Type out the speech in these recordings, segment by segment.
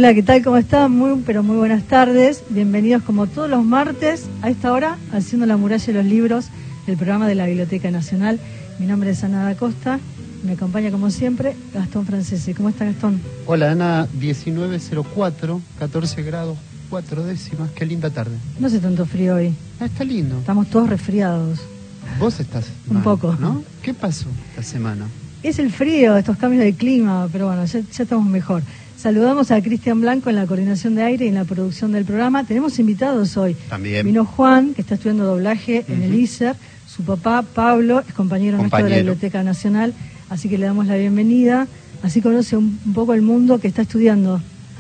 Hola, ¿qué tal? ¿Cómo están? Pero muy buenas tardes. Bienvenidos como todos los martes a esta hora, haciendo la muralla de los libros, el programa de la Biblioteca Nacional. Mi nombre es Ana da Costa, me acompaña como siempre Gastón Francesi. ¿Cómo está, Gastón? Hola, Ana, 19:04, 14 grados, 4 décimas, qué linda tarde. No hace tanto frío hoy. Ah, está lindo. Estamos todos resfriados. Vos estás mal, un poco, ¿no? ¿Qué pasó esta semana? Es el frío, estos cambios de clima, pero bueno, ya estamos mejor. Saludamos a Cristian Blanco en la coordinación de aire y en la producción del programa. Tenemos invitados hoy. También. Vino Juan, que está estudiando doblaje en el ISER. Su papá, Pablo, es compañero nuestro de la Biblioteca Nacional, así que le damos la bienvenida. Así conoce un poco el mundo que está estudiando.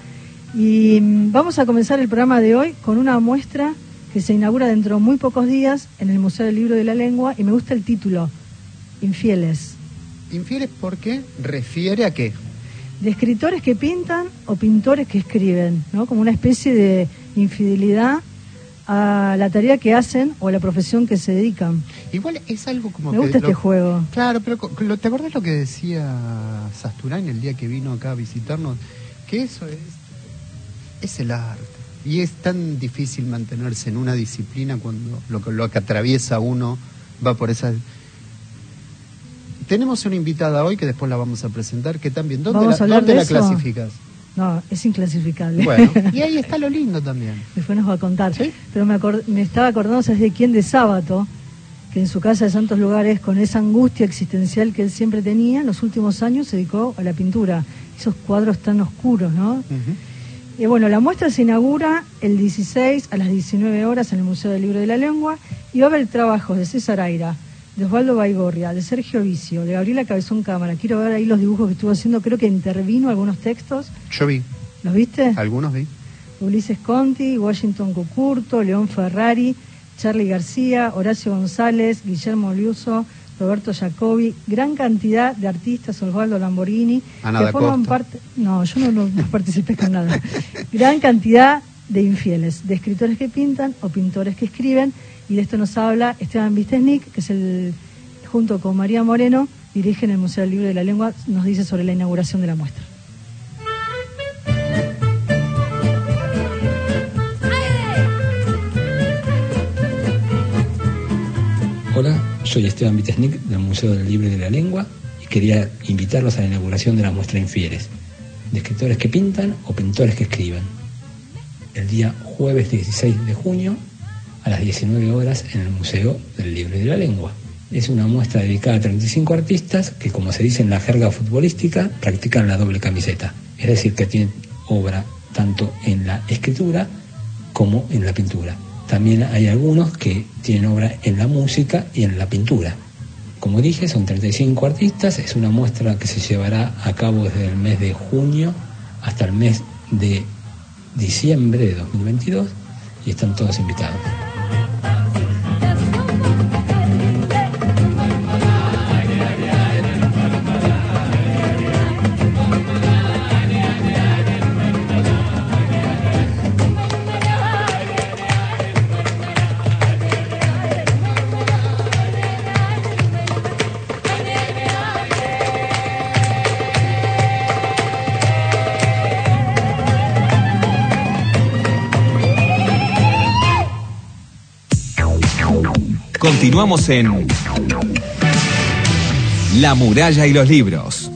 Y vamos a comenzar el programa de hoy con una muestra que se inaugura dentro de muy pocos días en el Museo del Libro de la Lengua, y me gusta el título, Infieles. ¿Infieles por qué? ¿Refiere a qué? De escritores que pintan o pintores que escriben, ¿no? Como una especie de infidelidad a la tarea que hacen o a la profesión que se dedican. Igual es algo como me gusta este juego. Claro, pero ¿te acordás lo que decía Sasturán el día que vino acá a visitarnos? Que eso es el arte. Y es tan difícil mantenerse en una disciplina cuando lo que atraviesa uno va por esa... Tenemos una invitada hoy que después la vamos a presentar, que también, ¿dónde la clasificas? No, es inclasificable. Bueno, y ahí está lo lindo también. Después nos va a contar. ¿Sí? Pero me estaba acordando, ¿sabes de quién? De Sábato, que en su casa de Santos Lugares, con esa angustia existencial que él siempre tenía, en los últimos años se dedicó a la pintura. Esos cuadros tan oscuros, ¿no? Uh-huh. Bueno, la muestra se inaugura el 16 a las 19 horas en el Museo del Libro de la Lengua, y va a haber trabajos de César Aira, de Osvaldo Baigorria, de Sergio Vicio, de Gabriela Cabezón Cámara. Quiero ver ahí los dibujos que estuvo haciendo, creo que intervino algunos textos. Yo vi. ¿Los viste? Algunos vi. Ulises Conti, Washington Cucurto, León Ferrari, Charly García, Horacio González, Guillermo Liuso, Roberto Jacobi, gran cantidad de artistas, Osvaldo Lamborghini, Ana que da forman Costa. parte... No, yo no participé con nada. Gran cantidad de infieles, de escritores que pintan o pintores que escriben. Y de esto nos habla Esteban Vistesnik, que es junto con María Moreno, dirige en el Museo del Libro de la Lengua, nos dice sobre la inauguración de la muestra. Hola, soy Esteban Vistesnik del Museo del Libro de la Lengua y quería invitarlos a la inauguración de la muestra Infieles, de escritores que pintan o pintores que escriben, el día jueves 16 de junio, a las 19 horas en el Museo del Libro de la Lengua. Es una muestra dedicada a 35 artistas que, como se dice en la jerga futbolística, practican la doble camiseta. Es decir, que tienen obra tanto en la escritura como en la pintura. También hay algunos que tienen obra en la música y en la pintura. Como dije, son 35 artistas. Es una muestra que se llevará a cabo desde el mes de junio hasta el mes de diciembre de 2022 y están todos invitados. Continuamos en La Muralla y los Libros.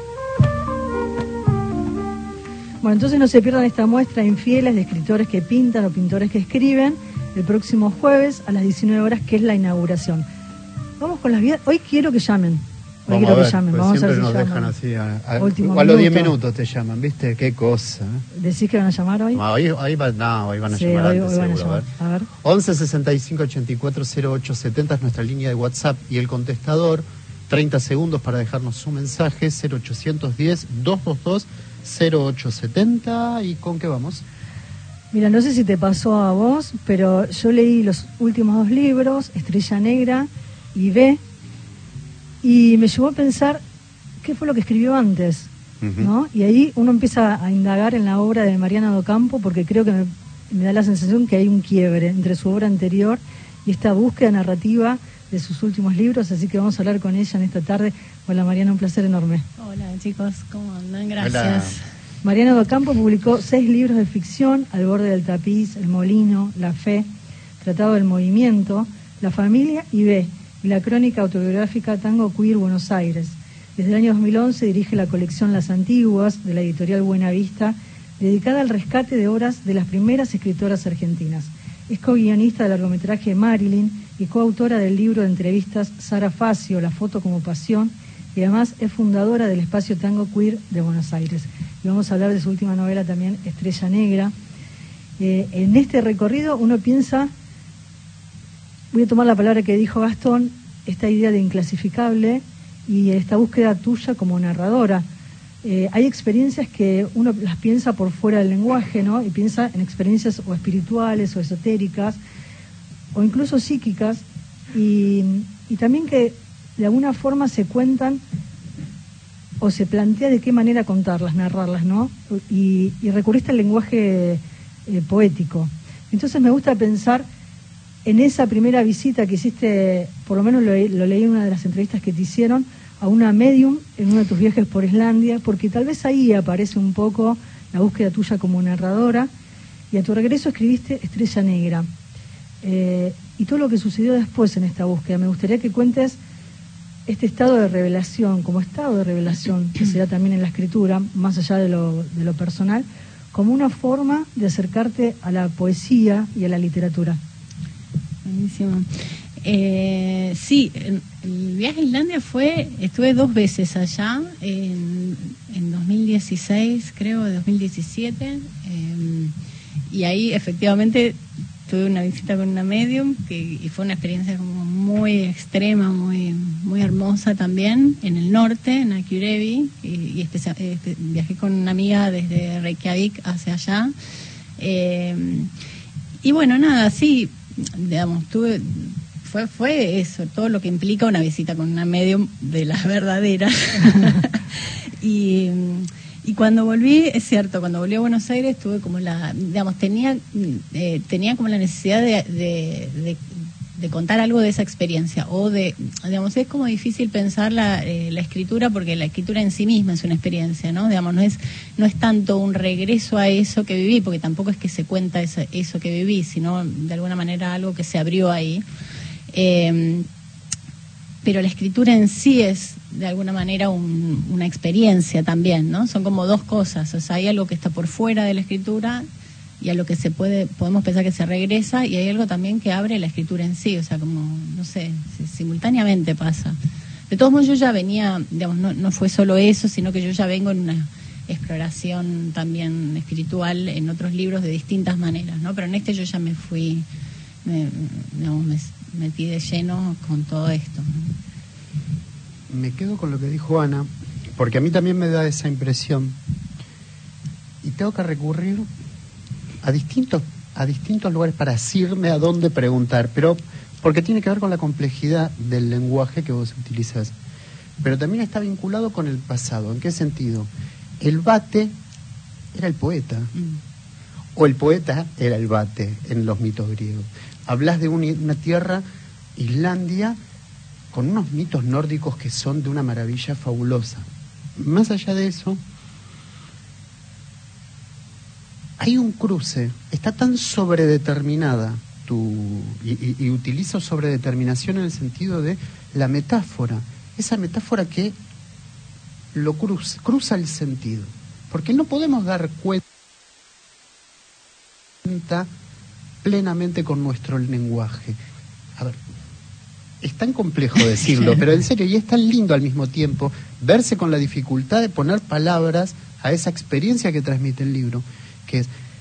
Bueno, entonces no se pierdan esta muestra Infieles, de escritores que pintan o pintores que escriben, el próximo jueves a las 19 horas, que es la inauguración. Vamos con las vías. Hoy quiero que llamen. Vamos a ver, Vamos a ver si nos llaman. dejan así a Último los 10 minuto. minutos te llaman, ¿viste? Qué cosa. ¿Decís que van a llamar hoy? No, hoy van a Sí, llamar hoy antes, van a seguro. llamar. A ver. 11 65 84 08 70 es nuestra línea de WhatsApp y el contestador. 30 segundos para dejarnos su mensaje. 0810 222 0870. ¿Y con qué vamos? Mira, no sé si te pasó a vos, pero yo leí los últimos 2 libros, Estrella Negra y B, y me llevó a pensar qué fue lo que escribió antes, ¿no? Y ahí uno empieza a indagar en la obra de Mariana Docampo, porque creo que me da la sensación que hay un quiebre entre su obra anterior y esta búsqueda narrativa de sus últimos libros, así que vamos a hablar con ella en esta tarde. Hola Mariana, un placer enorme. Hola chicos, ¿cómo andan? Gracias. Hola. Mariano Docampo publicó 6 libros de ficción: Al borde del tapiz, El molino, La fe, Tratado del movimiento, La familia y B, y la crónica autobiográfica Tango Queer Buenos Aires. Desde el año 2011 dirige la colección Las Antiguas, de la editorial Buena Vista, dedicada al rescate de obras de las primeras escritoras argentinas. Es co-guionista del largometraje Marilyn y coautora del libro de entrevistas Sara Facio, La foto como pasión, y además es fundadora del espacio Tango Queer de Buenos Aires. Y vamos a hablar de su última novela también, Estrella Negra. En este recorrido uno piensa, voy a tomar la palabra que dijo Gastón, esta idea de inclasificable y esta búsqueda tuya como narradora. Hay experiencias que uno las piensa por fuera del lenguaje, ¿no? Y piensa en experiencias o espirituales o esotéricas o incluso psíquicas y también que de alguna forma se cuentan o se plantea de qué manera contarlas, narrarlas, ¿no? Y recurriste al lenguaje poético. Entonces me gusta pensar en esa primera visita que hiciste, por lo menos lo leí en una de las entrevistas que te hicieron, a una medium en uno de tus viajes por Islandia, porque tal vez ahí aparece un poco la búsqueda tuya como narradora, y a tu regreso escribiste Estrella Negra. Y todo lo que sucedió después en esta búsqueda. Me gustaría que cuentes este estado de revelación, como estado de revelación que se da también en la escritura, más allá de lo personal, como una forma de acercarte a la poesía y a la literatura. Buenísimo. Sí, el viaje a Islandia estuve 2 veces allá, en 2016, creo, 2017, y ahí efectivamente tuve una visita con una medium y fue una experiencia como muy extrema, muy hermosa también, en el norte, en Akureyri, y viajé con una amiga desde Reykjavik hacia allá, y bueno, nada, sí, digamos, fue eso, todo lo que implica una visita con una medium de las verdaderas. y cuando volví, es cierto, cuando volví a Buenos Aires tuve como tenía como la necesidad de contar algo de esa experiencia, o digamos, es como difícil pensar la escritura, porque la escritura en sí misma es una experiencia, ¿no? Digamos, no es tanto un regreso a eso que viví, porque tampoco es que se cuenta eso que viví, sino de alguna manera algo que se abrió ahí. Pero la escritura en sí es de alguna manera una experiencia también, ¿no? Son como 2 cosas, o sea, hay algo que está por fuera de la escritura y a lo que podemos pensar que se regresa, y hay algo también que abre la escritura en sí, o sea, como, no sé, simultáneamente pasa. De todos modos, yo ya venía, digamos, no fue solo eso, sino que yo ya vengo en una exploración también espiritual en otros libros de distintas maneras, ¿no? Pero en este yo ya me fui, me metí de lleno con todo esto. Me quedo con lo que dijo Ana, porque a mí también me da esa impresión, y tengo que recurrir a distintos lugares para decirme a dónde preguntar, pero porque tiene que ver con la complejidad del lenguaje que vos utilizás, pero también está vinculado con el pasado. ¿En qué sentido? El vate era el poeta, o el poeta era el vate en los mitos griegos. Hablas de una tierra, Islandia, con unos mitos nórdicos que son de una maravilla fabulosa. Más allá de eso, hay un cruce, está tan sobredeterminada y utilizo sobredeterminación en el sentido de la metáfora, esa metáfora que lo cruza el sentido, porque no podemos dar cuenta plenamente con nuestro lenguaje. A ver, es tan complejo decirlo, pero en serio, y es tan lindo al mismo tiempo verse con la dificultad de poner palabras a esa experiencia que transmite el libro, que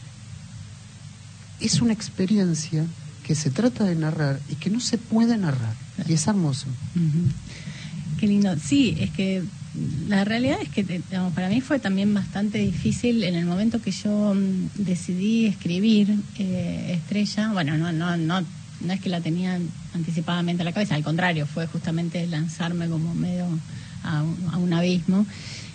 es una experiencia que se trata de narrar y que no se puede narrar, y es hermoso. Qué lindo. Sí, es que la realidad es que, digamos, para mí fue también bastante difícil en el momento que yo decidí escribir Estrella. Bueno, no es que la tenía anticipadamente a la cabeza, al contrario, fue justamente lanzarme como medio a un abismo.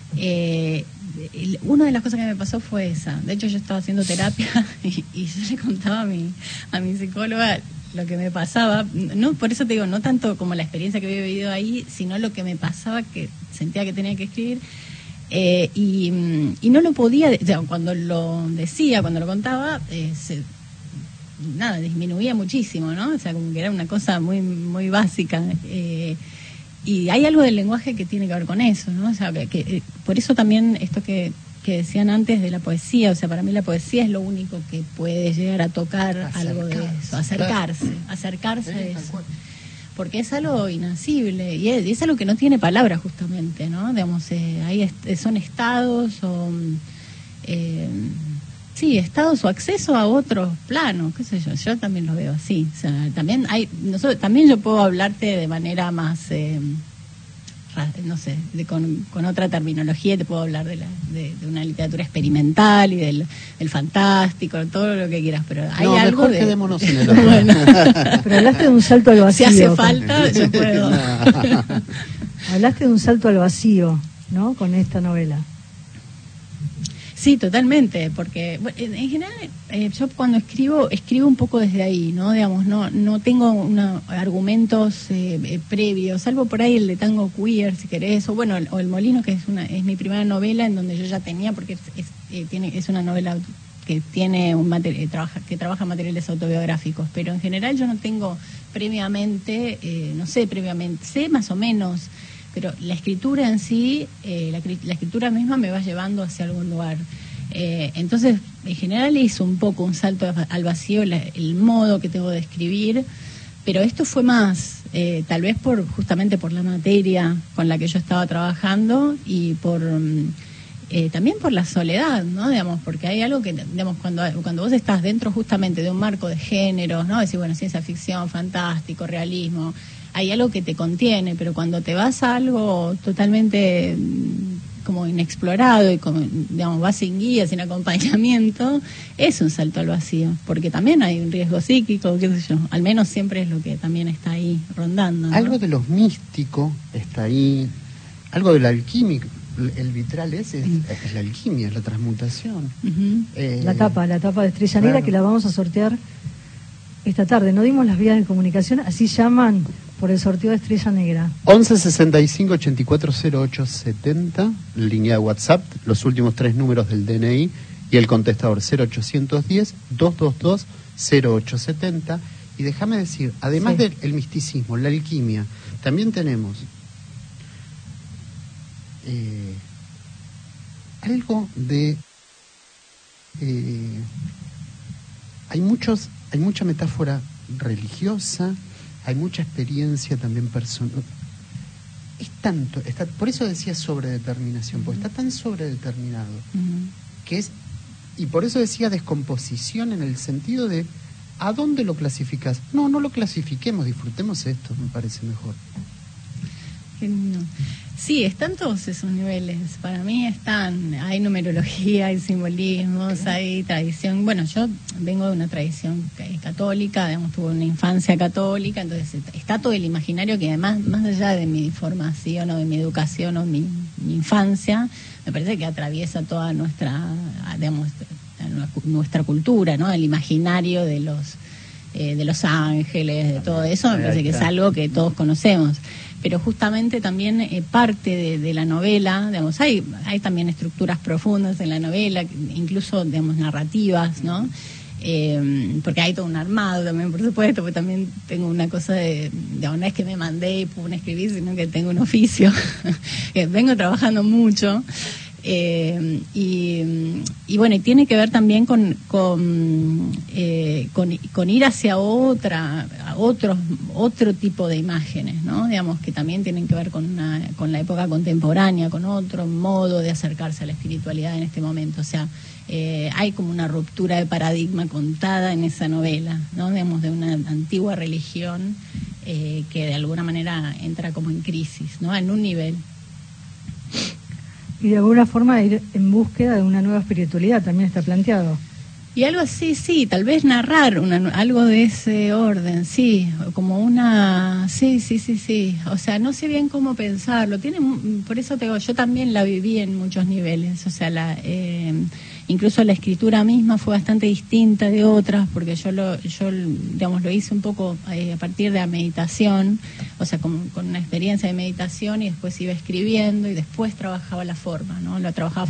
Una de las cosas que me pasó fue esa. De hecho, yo estaba haciendo terapia y yo le contaba a mi psicóloga lo que me pasaba. No, por eso te digo, no tanto como la experiencia que había vivido ahí, sino lo que me pasaba, que sentía que tenía que escribir. Y no lo podía, o sea, cuando lo decía, cuando lo contaba, disminuía muchísimo, ¿no? O sea, como que era una cosa muy, muy básica. Y hay algo del lenguaje que tiene que ver con eso, ¿no? O sea, por eso también esto que decían antes de la poesía, o sea, para mí la poesía es lo único que puede llegar a tocar algo de eso, acercarse a eso. Porque es algo inacible y es algo que no tiene palabras justamente, ¿no? Digamos, son estados o estados o acceso a otros planos, qué sé yo también lo veo así. O sea, también yo puedo hablarte de manera más no sé, con otra terminología, te puedo hablar de una literatura experimental y del fantástico, todo lo que quieras, pero hay algo mejor quedémonos en el otro. Bueno. Pero hablaste de un salto al vacío. Si hace falta, yo puedo. Hablaste de un salto al vacío, ¿no? Con esta novela. Sí, totalmente, porque en general yo cuando escribo un poco desde ahí, ¿no? Digamos, no tengo argumentos previos, salvo por ahí el de Tango Queer, si querés, o El Molino, que es mi primera novela en donde yo ya tenía, porque es una novela que tiene que trabaja materiales autobiográficos, pero en general yo no tengo previamente, sé más o menos, pero la escritura en sí, la escritura misma me va llevando hacia algún lugar. Entonces, en general hizo un poco un salto al vacío el modo que tengo de escribir, pero esto fue más, tal vez justamente por la materia con la que yo estaba trabajando y también por la soledad, ¿no? Digamos, porque hay algo que, digamos, cuando vos estás dentro justamente de un marco de géneros, ¿no? Decir, ciencia ficción, fantástico, realismo, hay algo que te contiene, pero cuando te vas a algo totalmente como inexplorado y como, digamos, vas sin guía, sin acompañamiento, es un salto al vacío, porque también hay un riesgo psíquico, qué sé yo, al menos siempre es lo que también está ahí rondando, ¿no? Algo de lo místico está ahí, algo de la alquimia, el vitral es la alquimia, es la transmutación. Uh-huh. La tapa de Estrella Negra, claro, que la vamos a sortear esta tarde. No dimos las vías de comunicación, así llaman por el sorteo de Estrella Negra. 11 65 84 08 70, línea de WhatsApp, los últimos 3 números del DNI y el contestador 0810 222 0870. Y déjame decir, además del misticismo, la alquimia, también tenemos algo de hay mucha metáfora religiosa, hay mucha experiencia también personal. Por eso decía sobredeterminación, porque está tan sobredeterminado que es, y por eso decía descomposición en el sentido de ¿a dónde lo clasificas? No lo clasifiquemos, disfrutemos esto, me parece mejor. Sí, están todos esos niveles. Para mí hay numerología, hay simbolismos, hay tradición. Bueno, yo vengo de una tradición católica, digamos, tuve una infancia católica, entonces está todo el imaginario que además, más allá de mi formación o de mi educación o mi infancia, me parece que atraviesa toda nuestra cultura, ¿no? El imaginario de los ángeles, de todo eso, me parece que es algo que todos conocemos. Pero justamente también parte de la novela, digamos, hay también estructuras profundas en la novela, incluso, digamos, narrativas, ¿no? Porque hay todo un armado también, por supuesto, porque también tengo una cosa de una vez que me mandé y pude escribir, sino que tengo un oficio, que vengo trabajando mucho. Y bueno, y tiene que ver también con ir hacia otro tipo de imágenes, ¿no? Digamos, que también tienen que ver con la época contemporánea, con otro modo de acercarse a la espiritualidad en este momento. O sea, hay como una ruptura de paradigma contada en esa novela, ¿no? Digamos, de una antigua religión que de alguna manera entra como en crisis, ¿no? En un nivel. Y de alguna forma ir en búsqueda de una nueva espiritualidad también está planteado. Y algo así, sí, tal vez narrar algo de ese orden, sí, como sí. O sea, no sé bien cómo pensarlo. Por eso te digo, yo también la viví en muchos niveles. O sea, incluso la escritura misma fue bastante distinta de otras, porque yo digamos, lo hice un poco a partir de la meditación, o sea, con una experiencia de meditación, y después iba escribiendo y después trabajaba la forma, ¿no? Lo trabajaba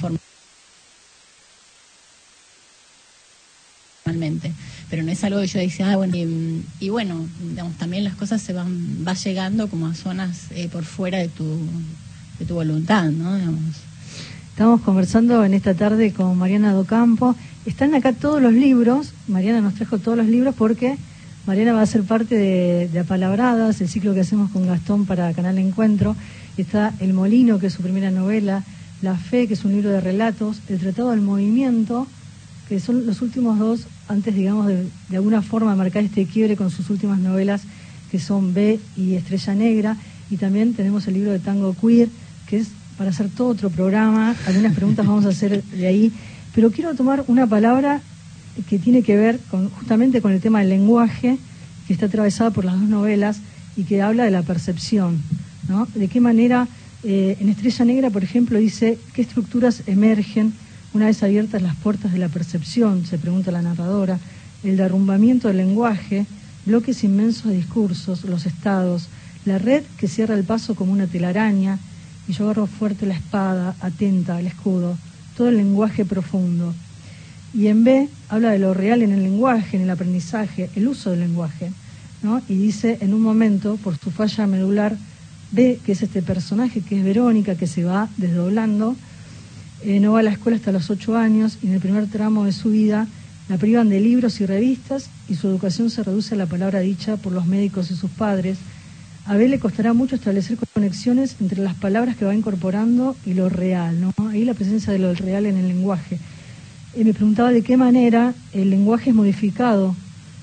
formalmente, pero no es algo que yo decía, bueno, y bueno, digamos, también las cosas va llegando como a zonas por fuera de tu voluntad, ¿no? Digamos. Estamos conversando en esta tarde con Mariana Docampo. Están acá todos los libros. Mariana nos trajo todos los libros porque Mariana va a ser parte de Apalabradas, el ciclo que hacemos con Gastón para Canal Encuentro. Está El Molino, que es su primera novela, La Fe, que es un libro de relatos, El Tratado del Movimiento, que son los últimos dos, antes, digamos, de alguna forma marcar este quiebre con sus últimas novelas, que son B y Estrella Negra. Y también tenemos el libro de Tango Queer, que es para hacer todo otro programa. Algunas preguntas vamos a hacer de ahí, pero quiero tomar una palabra que tiene que ver justamente con el tema del lenguaje, que está atravesada por las dos novelas y que habla de la percepción, ¿no? De qué manera, en Estrella Negra, por ejemplo, dice qué estructuras emergen una vez abiertas las puertas de la percepción, se pregunta la narradora, el derrumbamiento del lenguaje, bloques inmensos de discursos, los estados, la red que cierra el paso como una telaraña, y yo agarro fuerte la espada, atenta, el escudo, todo el lenguaje profundo. Y en B habla de lo real en el lenguaje, en el aprendizaje, el uso del lenguaje, ¿no? Y dice, en un momento, por su falla medular, B, que es este personaje, que es Verónica, que se va desdoblando, no va a la escuela hasta los 8 años, y en el primer tramo de su vida la privan de libros y revistas, y su educación se reduce a la palabra dicha por los médicos y sus padres. A B le costará mucho establecer conexiones entre las palabras que va incorporando y lo real, ¿no? Ahí la presencia de lo real en el lenguaje. Me preguntaba de qué manera el lenguaje es modificado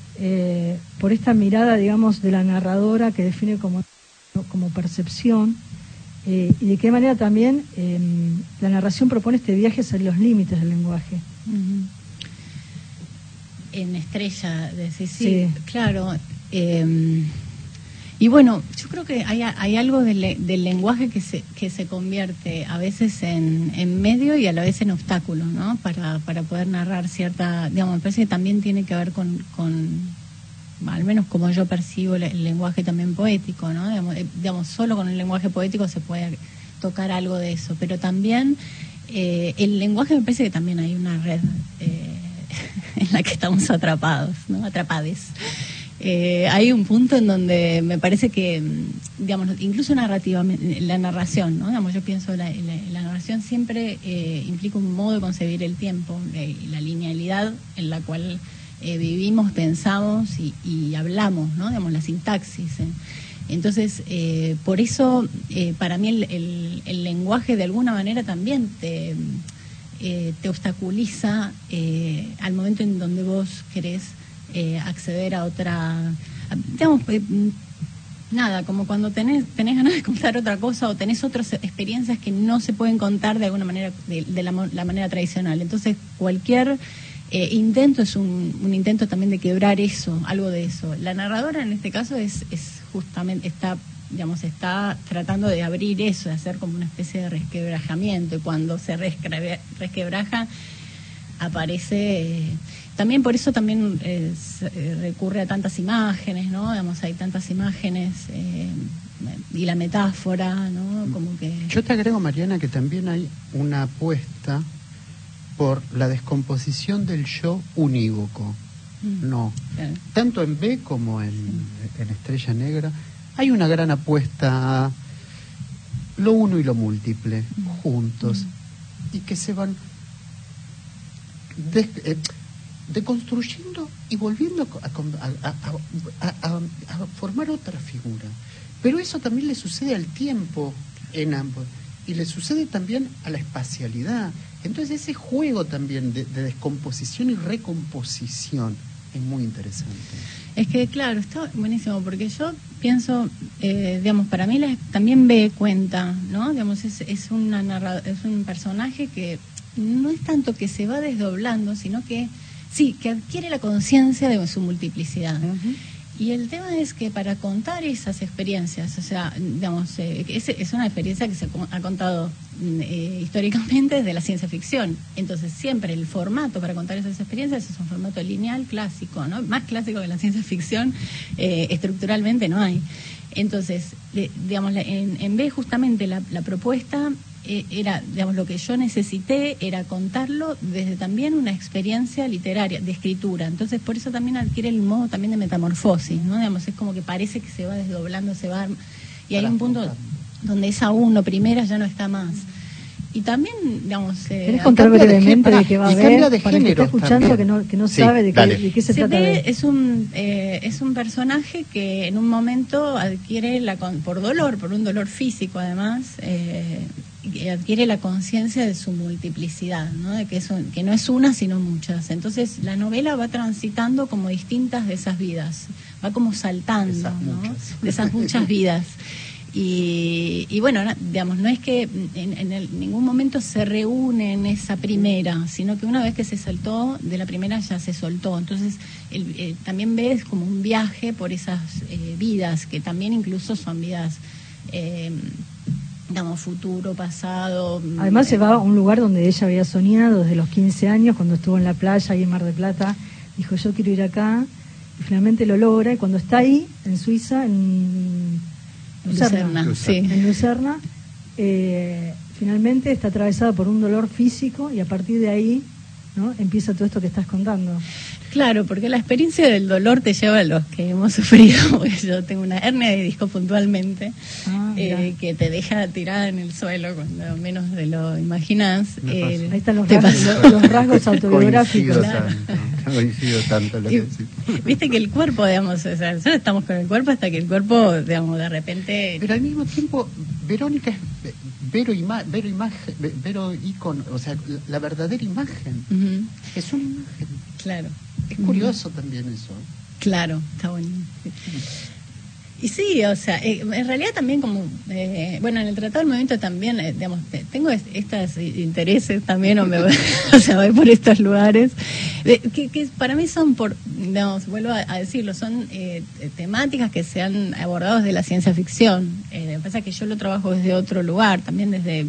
por esta mirada, digamos, de la narradora que define como percepción, y de qué manera también la narración propone este viaje hacia los límites del lenguaje. Uh-huh. En Estrella, decís, sí, claro. Y bueno, yo creo que hay algo del lenguaje que se convierte a veces en medio y a la vez en obstáculo, ¿no? Para poder narrar cierta, digamos, me parece que también tiene que ver con al menos como yo percibo el lenguaje también poético, ¿no? Digamos, solo con el lenguaje poético se puede tocar algo de eso, pero también el lenguaje, me parece que también hay una red en la que estamos atrapados, ¿no? Atrapades. Hay un punto en donde me parece que, digamos, incluso narrativamente, la narración, ¿no? Digamos, yo pienso la narración siempre implica un modo de concebir el tiempo, la linealidad en la cual vivimos, pensamos y hablamos, ¿no? Digamos, la sintaxis. Entonces, por eso, para mí el lenguaje de alguna manera también te obstaculiza al momento en donde vos querés acceder a otra, digamos, nada, como cuando tenés ganas de contar otra cosa o tenés otras experiencias que no se pueden contar de alguna manera, de la manera tradicional. Entonces, cualquier intento es un intento también de quebrar eso, algo de eso. La narradora en este caso es justamente, está tratando de abrir eso, de hacer como una especie de resquebrajamiento, y cuando se resquebraja aparece... También por eso también recurre a tantas imágenes, ¿no? Digamos, hay tantas imágenes y la metáfora, ¿no? Como que... Yo te agrego, Mariana, que también hay una apuesta por la descomposición del yo unívoco. No. Claro. Tanto en B como en Estrella Negra hay una gran apuesta a lo uno y lo múltiple juntos, y que se van deconstruyendo y volviendo a formar otra figura. Pero eso también le sucede al tiempo en ambos, y le sucede también a la espacialidad. Entonces ese juego también de descomposición y recomposición es muy interesante. Es que claro, está buenísimo, porque yo pienso, digamos, para mí también ve cuenta, ¿no? Digamos, es un personaje que no es tanto que se va desdoblando, sino que sí, que adquiere la conciencia de su multiplicidad. Uh-huh. Y el tema es que para contar esas experiencias, o sea, digamos, es una experiencia que se ha contado históricamente desde la ciencia ficción. Entonces, siempre el formato para contar esas experiencias es un formato lineal clásico, ¿no? Más clásico que la ciencia ficción, estructuralmente no hay. Entonces, digamos, en vez justamente la propuesta era, digamos, lo que yo necesité era contarlo desde también una experiencia literaria, de escritura. Entonces, por eso también adquiere el modo también de metamorfosis, ¿no? Digamos, es como que parece que se va desdoblando, y hay un punto donde esa uno primera ya no está más. Y también, digamos... ¿Querés contar brevemente de qué va a ver? Para el que está escuchando también. que no Sí, sabe de qué se trata. Es un personaje que en un momento adquiere, por un dolor físico además, adquiere la conciencia de su multiplicidad, ¿no? De que no es una sino muchas. Entonces la novela va transitando como distintas de esas vidas, va como saltando, ¿no? De esas muchas vidas. Y bueno, digamos, no es que en ningún momento se reúne en esa primera, sino que una vez que se saltó de la primera ya se soltó. Entonces también ves como un viaje por esas vidas, que también incluso son vidas, digamos, futuro, pasado. Además se va a un lugar donde ella había soñado desde los 15 años, cuando estuvo en la playa ahí en Mar del Plata, dijo yo quiero ir acá, y finalmente lo logra, y cuando está ahí, en Suiza, en Lucerna, finalmente está atravesada por un dolor físico y a partir de ahí, ¿no?, empieza todo esto que estás contando. Claro, porque la experiencia del dolor te lleva a los que hemos sufrido, porque yo tengo una hernia de disco puntualmente, que te deja tirada en el suelo cuando menos de lo imaginás. Ahí están los rasgos autobiográficos. Coincido tanto lo que decís. Viste que el cuerpo, digamos, o sea, nosotros estamos con el cuerpo hasta que el cuerpo, digamos, de repente... Pero al mismo tiempo, Verónica es vero icono, o sea, la verdadera imagen. Uh-huh. Es una imagen. Claro. Es curioso también eso. Claro, está bueno. Y sí, o sea, en realidad también como, bueno, en el Tratado del Movimiento también, digamos, tengo estos intereses también, o sea, voy por estos lugares, que para mí son, digamos, vuelvo a decirlo, son temáticas que se han abordado desde la ciencia ficción. Lo que pasa es que yo lo trabajo desde otro lugar, también desde...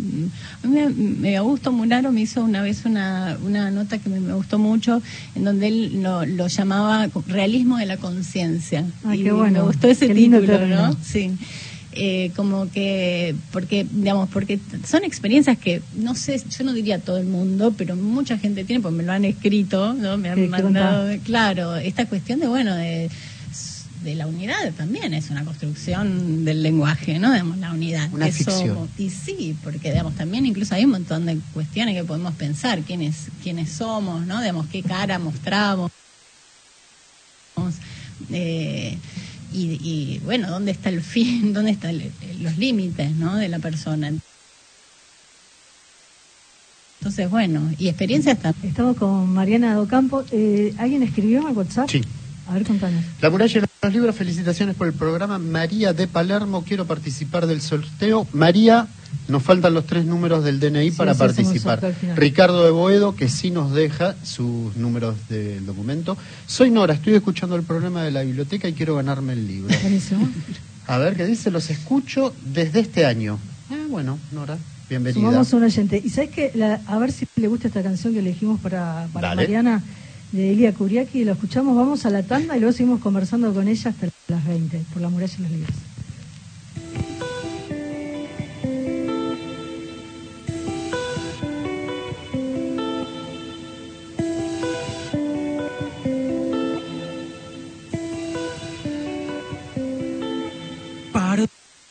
Augusto Muraro me hizo una vez una nota que me gustó mucho, en donde él lo llamaba realismo de la conciencia. Ah, qué bueno. Me gustó ese título, término, ¿no? Sí. Como que, porque son experiencias que, no sé, yo no diría todo el mundo, pero mucha gente tiene, porque me lo han escrito, ¿no? Me han mandado, claro, esta cuestión de, bueno, de la unidad también es una construcción del lenguaje, ¿no? Digamos, la unidad. Una ficción. Somos. Y sí, porque, digamos, también incluso hay un montón de cuestiones que podemos pensar, quiénes somos, ¿no? Digamos, qué cara mostramos. Y bueno, ¿dónde está el fin? ¿Dónde están los límites, ¿no?, de la persona? Entonces, bueno, y experiencias también. Estamos con Mariana Docampo. ¿Alguien escribió al WhatsApp? Sí. A ver, contanos. La Muralla de los Libros, felicitaciones por el programa. María de Palermo, quiero participar del sorteo. María, nos faltan los 3 números del DNI para participar. Ricardo de Boedo, que sí nos deja sus números del documento. Soy Nora, estoy escuchando el programa de la biblioteca y quiero ganarme el libro. Buenísimo. A ver, ¿qué dice? Los escucho desde este año. Bueno, Nora, bienvenida. Sumamos un oyente. ¿Y sabes qué? A ver si le gusta esta canción que elegimos para Mariana, de Elia Kuriaki, lo escuchamos, vamos a la tanda y luego seguimos conversando con ella hasta las 20, por La Muralla de los Libros. Para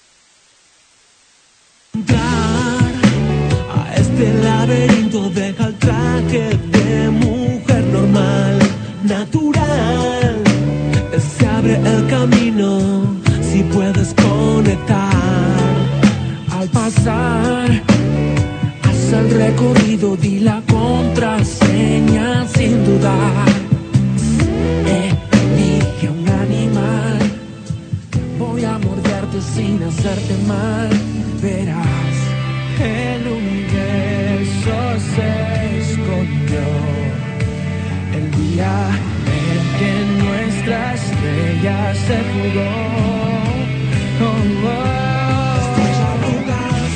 entrar a este laberinto deja el traje de mujer normal, natural. Se abre el camino si puedes conectar. Al pasar, haz el recorrido, di la contraseña sin dudar. Elige un animal, voy a morderte sin hacerte mal. Verás, el universo se escondió el día en que nuestra estrella estrella se fugó. Oh, oh. Estrella fugaz.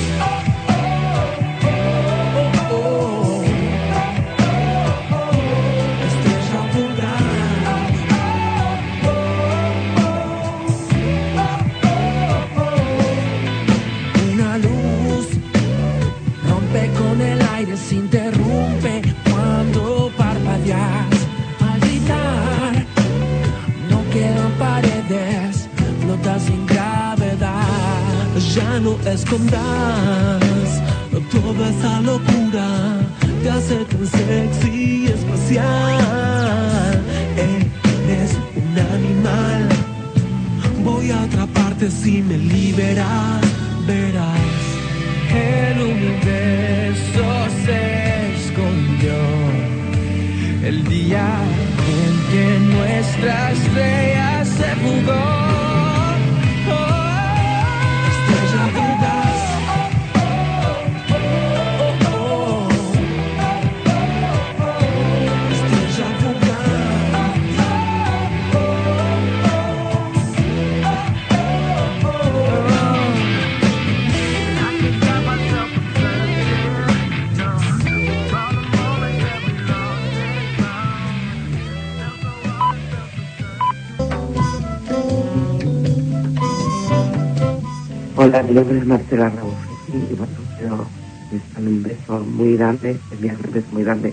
Oh, oh, oh. Estrella fugaz. Una luz rompe con el aire, se interrumpe cuando parpadeas. Al gritar no quedan paredes, flotas sin gravedad. Ya no escondas toda esa locura, te hace tan sexy y especial. Eres un animal, voy a atraparte si me liberas. Verás, el universo se escondió el día en que nuestra estrella se fugó. Oh, estrella fugaz. Oh, oh, oh. Estrella fugaz. Hola, mi nombre es Marcela Raúl y bueno, quiero darle un beso muy grande, enviarle un beso muy grande,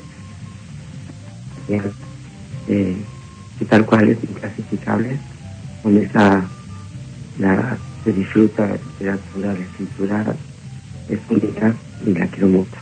y tal cual es inclasificable, con esa, se disfruta la literatura, la escritura, es única y la quiero mucho.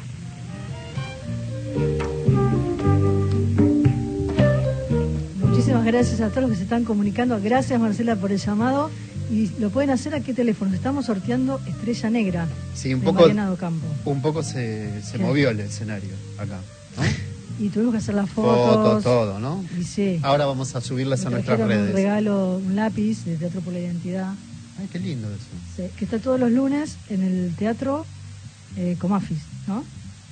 Muchísimas gracias a todos los que se están comunicando. Gracias, Marcela, por el llamado. Y lo pueden hacer a qué teléfono. Estamos sorteando Estrella Negra. Sí, un de poco, Mariana Docampo. un poco se movió el escenario acá, ¿no? Y tuvimos que hacer las fotos. Todo, ¿no? Y sí. Ahora vamos a subirlas a Me nuestras trajeron redes. un regalo, un lápiz de Teatro por la Identidad. Ay, qué lindo eso. Sí, que está todos los lunes en el Teatro Comafis, ¿no?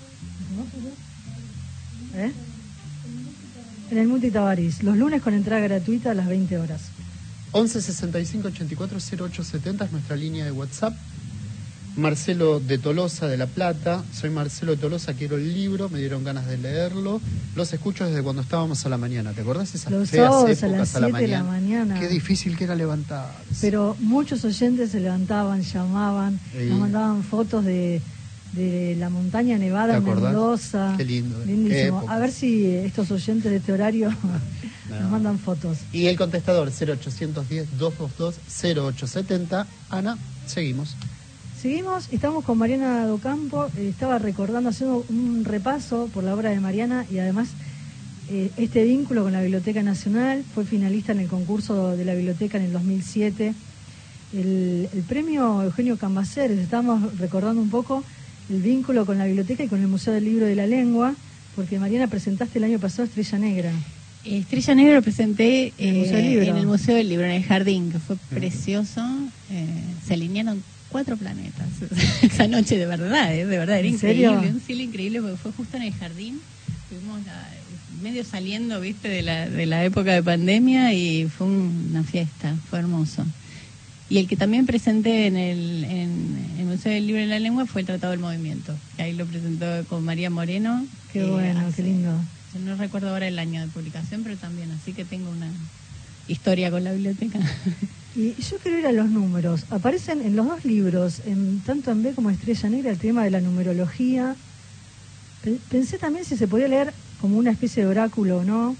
¿Eh? En el Multi Tabarís. Los lunes con entrada gratuita a las 20 horas. 11 65 84 08 70 es nuestra línea de WhatsApp. Marcelo de Tolosa, de La Plata. Soy Marcelo de Tolosa, quiero el libro, me dieron ganas de leerlo. Los escucho desde cuando estábamos a la mañana. ¿Te acordás esas Los feas sábados épocas a las 7 de la mañana. Qué difícil que era levantarse. Pero muchos oyentes se levantaban, llamaban, nos mandaban fotos de la montaña nevada en Mendoza. Qué lindo. Lindísimo. A ver si estos oyentes de este horario nos mandan fotos. Y el contestador 0810-222-0870. Ana, seguimos. Seguimos, estamos con Mariana Docampo. Estaba recordando, haciendo un repaso por la obra de Mariana y además este vínculo con la Biblioteca Nacional. Fue finalista en el concurso de la biblioteca en el 2007. El premio Eugenio Cambaceres. Estamos recordando un poco el vínculo con la biblioteca y con el Museo del Libro de la Lengua, porque Mariana, presentaste el año pasado Estrella Negra. Estrella Negra lo presenté en el Museo del Libro, en el jardín, que fue precioso. Se alinearon 4 planetas esa noche, de verdad, era increíble, un cielo increíble, porque fue justo en el jardín. Estuvimos medio saliendo, viste, de la época de pandemia, y fue una fiesta, fue hermoso. Y el que también presenté en el Museo del Libro de la Lengua fue el Tratado del Movimiento, que ahí lo presentó con María Moreno. Qué bueno, qué lindo. No recuerdo ahora el año de publicación, pero también, así que tengo una historia con la biblioteca. Y yo quiero ir a los números. Aparecen en los dos libros, tanto en B como Estrella Negra, el tema de la numerología. Pensé también si se podía leer como una especie de oráculo o no.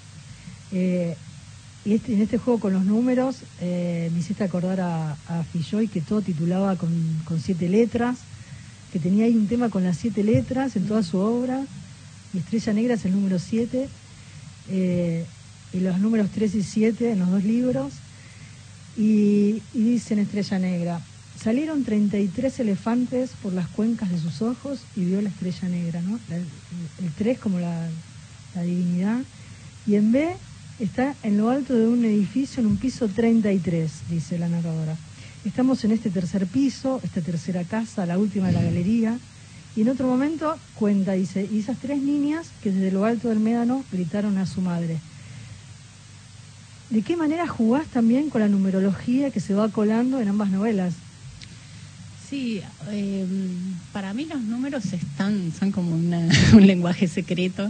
Y en este juego con los números me hiciste acordar a Filloy, que todo titulaba con 7 letras, que tenía ahí un tema con las 7 letras en toda su obra. Y Estrella Negra es el número 7, y los números 3 y 7 en los dos libros. Y dicen Estrella Negra: salieron 33 elefantes por las cuencas de sus ojos y vio la estrella negra, ¿no? El 3 como la divinidad. Y en B está en lo alto de un edificio, en un piso 33, dice la narradora. Estamos en este tercer piso, esta tercera casa, la última de la galería. Y en otro momento cuenta, dice, y esas 3 niñas que desde lo alto del médano gritaron a su madre. ¿De qué manera jugás también con la numerología que se va colando en ambas novelas? Sí, para mí los números son como un lenguaje secreto.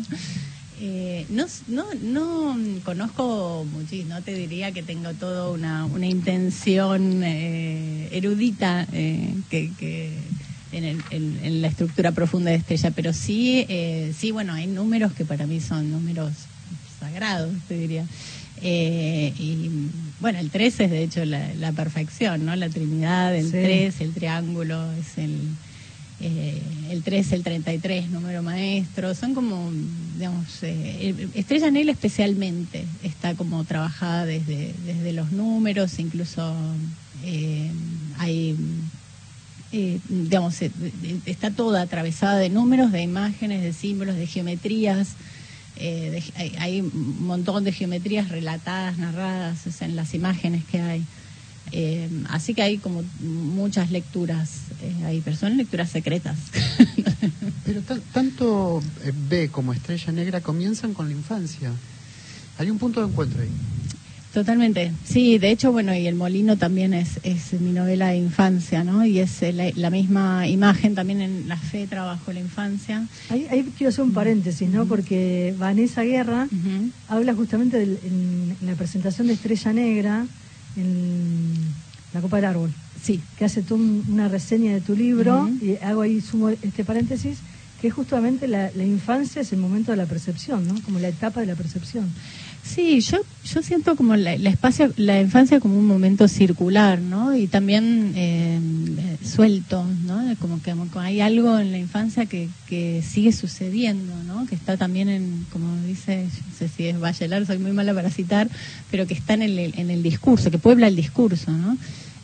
No conozco muchísimo, no te diría que tengo toda una intención erudita que en la estructura profunda de Estrella, pero sí, bueno, hay números que para mí son números sagrados, te diría. Y bueno, el 3 es de hecho la perfección, ¿no? La Trinidad, el 3, el triángulo, es el 3, el 33, número maestro, son como, digamos, Estrella Negra especialmente está como trabajada desde los números, incluso hay, digamos, está toda atravesada de números, de imágenes, de símbolos, de geometrías. Hay un montón de geometrías relatadas, narradas, o sea, en las imágenes que hay. Así que hay como muchas lecturas ahí, pero son lecturas secretas. Pero tanto B como Estrella Negra comienzan con la infancia. Hay un punto de encuentro ahí. Totalmente, sí, de hecho, bueno, y El Molino también es mi novela de infancia, ¿no? Y es la misma imagen, también en La Fe trabajo la infancia. Ahí quiero hacer un paréntesis, ¿no? Porque Vanessa Guerra habla justamente en la presentación de Estrella Negra en La Copa del Árbol. Sí. Que hace tú una reseña de tu libro, y sumo este paréntesis, que justamente la infancia es el momento de la percepción, ¿no? Como la etapa de la percepción. Sí, yo siento como la infancia como un momento circular, ¿no? Y también suelto, ¿no? Como que hay algo en la infancia que sigue sucediendo, ¿no? Que está también como dice, no sé si es Bachelard, soy muy mala para citar, pero que está en el discurso, que puebla el discurso, ¿no?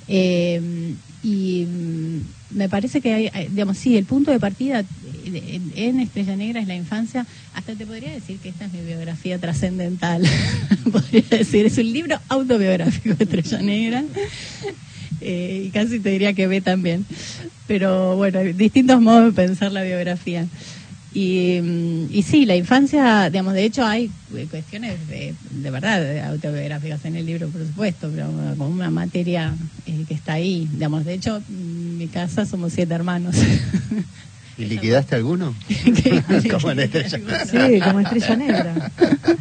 Y me parece que hay, digamos, sí, el punto de partida en Estrella Negra es la infancia. Hasta te podría decir que esta es mi biografía trascendental. Podría decir, es un libro autobiográfico de Estrella Negra. Y casi te diría que B también. Pero bueno, hay distintos modos de pensar la biografía. Y sí, la infancia, digamos, de hecho hay cuestiones de verdad autobiográficas en el libro, por supuesto, pero como una materia que está ahí. Digamos, de hecho, en mi casa somos 7 hermanos. ¿Y liquidaste alguno? Como en Estrella. Sí, como Estrella Negra.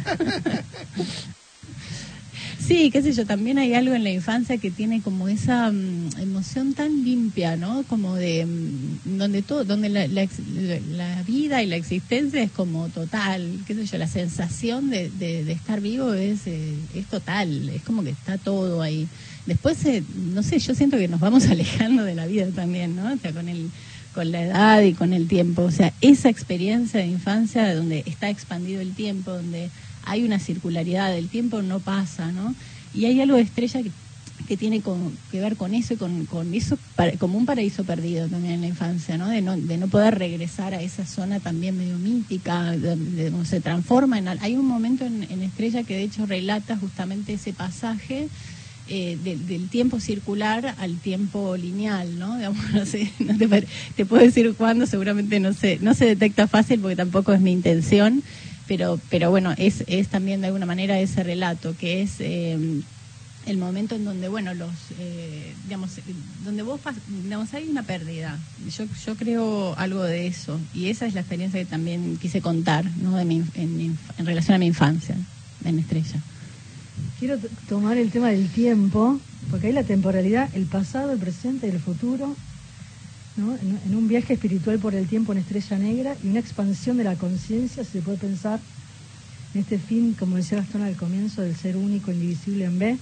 Sí, qué sé yo, también hay algo en la infancia que tiene como esa emoción tan limpia, ¿no? Como de donde la vida y la existencia es como total, qué sé yo, la sensación de estar vivo es total, es como que está todo ahí. Después, no sé, yo siento que nos vamos alejando de la vida también, ¿no? O sea, con la edad y con el tiempo, o sea, esa experiencia de infancia donde está expandido el tiempo, donde hay una circularidad, el tiempo no pasa, ¿no? Y hay algo de Estrella que tiene que ver con eso y con eso como un paraíso perdido también en la infancia, ¿no? De no poder regresar a esa zona también medio mítica, donde se transforma hay un momento en Estrella que de hecho relata justamente ese pasaje del tiempo circular al tiempo lineal, ¿no? Digamos, no sé, te puedo decir cuándo, seguramente no se detecta fácil porque tampoco es mi intención. Pero bueno, es también de alguna manera ese relato, que es el momento en donde, bueno, digamos, donde digamos, hay una pérdida. Yo creo algo de eso, y esa es la experiencia que también quise contar, ¿no? En relación a mi infancia, en Estrella. Quiero tomar el tema del tiempo, porque hay la temporalidad, el pasado, el presente y el futuro, ¿no? En un viaje espiritual por el tiempo en Estrella Negra y una expansión de la conciencia, se puede pensar en este fin, como decía Gastón al comienzo, del ser único, indivisible en B.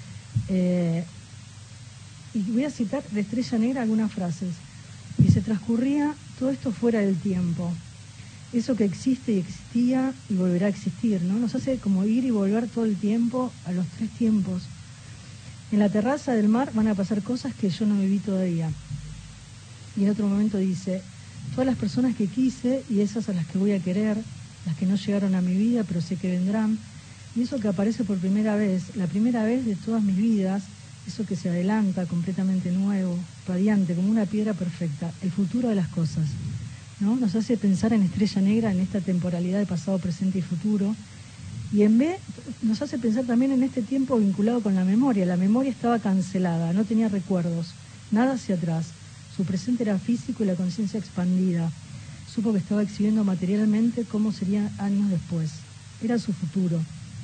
Y voy a citar de Estrella Negra algunas frases. Dice: transcurría todo esto fuera del tiempo, eso que existe y existía y volverá a existir, ¿no? Nos hace como ir y volver todo el tiempo a los 3 tiempos. En la terraza del mar van a pasar cosas que yo no viví todavía. Y en otro momento dice: todas las personas que quise y esas a las que voy a querer, las que no llegaron a mi vida pero sé que vendrán, y eso que aparece por primera vez, la primera vez de todas mis vidas, eso que se adelanta completamente nuevo, radiante, como una piedra perfecta, el futuro de las cosas, ¿no? Nos hace pensar en Estrella Negra, en esta temporalidad de pasado, presente y futuro, Y en B nos hace pensar también en este tiempo vinculado con la memoria. La memoria estaba cancelada, no tenía recuerdos, nada hacia atrás. Su presente era físico y la conciencia expandida. Supo que estaba exhibiendo materialmente cómo sería años después. Era su futuro.